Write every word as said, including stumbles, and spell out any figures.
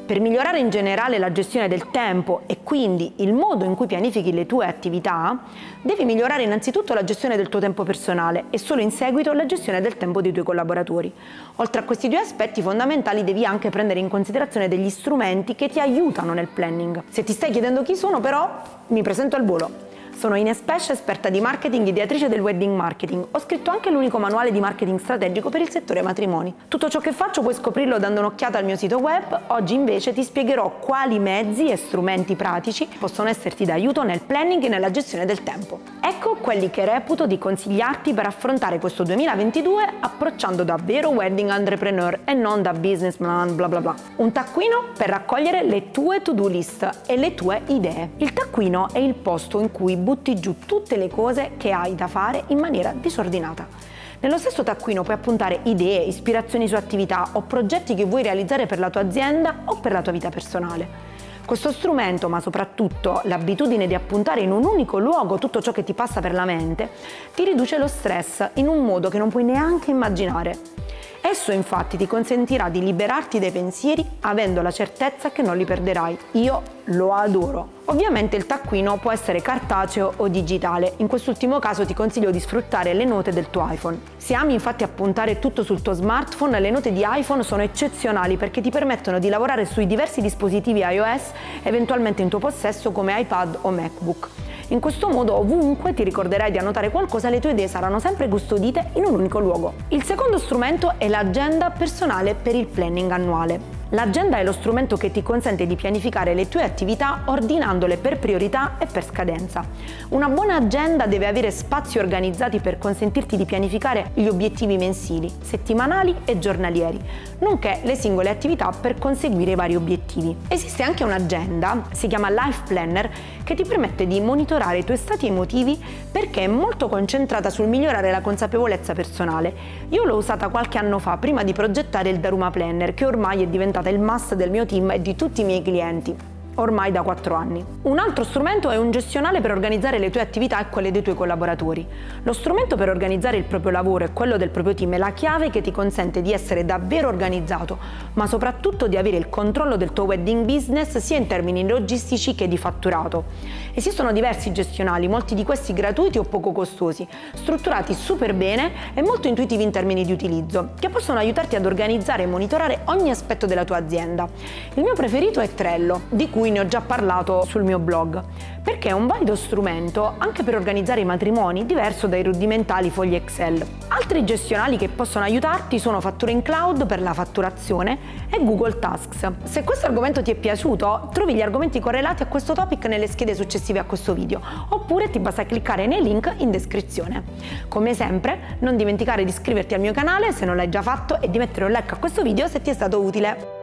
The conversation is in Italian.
Per migliorare in generale la gestione del tempo e quindi il modo in cui pianifichi le tue attività, devi migliorare innanzitutto la gestione del tuo tempo personale e solo in seguito la gestione del tempo dei tuoi collaboratori. Oltre a questi due aspetti fondamentali devi anche prendere in considerazione degli strumenti che ti aiutano nel planning. Se ti stai chiedendo chi sono, però, mi presento al volo. Sono Ines Pesce, esperta di marketing, ideatrice del wedding marketing. Ho scritto anche l'unico manuale di marketing strategico per il settore matrimoni. Tutto ciò che faccio puoi scoprirlo dando un'occhiata al mio sito web. Oggi invece ti spiegherò quali mezzi e strumenti pratici possono esserti d'aiuto nel planning e nella gestione del tempo. Ecco quelli che reputo di consigliarti per affrontare questo duemilaventidue approcciando da vero wedding entrepreneur e non da businessman bla bla bla. Un taccuino per raccogliere le tue to-do list e le tue idee. Il taccuino è il posto in cui butti giù tutte le cose che hai da fare in maniera disordinata. Nello stesso taccuino puoi appuntare idee, ispirazioni su attività o progetti che vuoi realizzare per la tua azienda o per la tua vita personale. Questo strumento, ma soprattutto l'abitudine di appuntare in un unico luogo tutto ciò che ti passa per la mente, ti riduce lo stress in un modo che non puoi neanche immaginare. Esso infatti ti consentirà di liberarti dai pensieri avendo la certezza che non li perderai. Io lo adoro. Ovviamente il taccuino può essere cartaceo o digitale, in quest'ultimo caso ti consiglio di sfruttare le note del tuo iPhone. Se ami infatti appuntare tutto sul tuo smartphone, le note di iPhone sono eccezionali perché ti permettono di lavorare sui diversi dispositivi iOS eventualmente in tuo possesso come iPad o MacBook. In questo modo ovunque ti ricorderai di annotare qualcosa e le tue idee saranno sempre custodite in un unico luogo. Il secondo strumento è l'agenda personale per il planning annuale. L'agenda è lo strumento che ti consente di pianificare le tue attività ordinandole per priorità e per scadenza. Una buona agenda deve avere spazi organizzati per consentirti di pianificare gli obiettivi mensili, settimanali e giornalieri, nonché le singole attività per conseguire i vari obiettivi. Esiste anche un'agenda, si chiama Life Planner, che ti permette di monitorare i tuoi stati emotivi perché è molto concentrata sul migliorare la consapevolezza personale. Io l'ho usata qualche anno fa prima di progettare il Daruma Planner, che ormai è diventata il must del mio team e di tutti i miei clienti, ormai da quattro anni. Un altro strumento è un gestionale per organizzare le tue attività e quelle dei tuoi collaboratori. Lo strumento per organizzare il proprio lavoro e quello del proprio team è la chiave che ti consente di essere davvero organizzato, ma soprattutto di avere il controllo del tuo wedding business sia in termini logistici che di fatturato. Esistono diversi gestionali, molti di questi gratuiti o poco costosi, strutturati super bene e molto intuitivi in termini di utilizzo, che possono aiutarti ad organizzare e monitorare ogni aspetto della tua azienda. Il mio preferito è Trello, di cui ne ho già parlato sul mio blog, perché è un valido strumento anche per organizzare i matrimoni, diverso dai rudimentali fogli Excel. Altri gestionali che possono aiutarti sono Fattura in Cloud per la fatturazione e Google Tasks. Se questo argomento ti è piaciuto, trovi gli argomenti correlati a questo topic nelle schede successive a questo video, oppure ti basta cliccare nei link in descrizione. Come sempre, non dimenticare di iscriverti al mio canale se non l'hai già fatto e di mettere un like a questo video se ti è stato utile.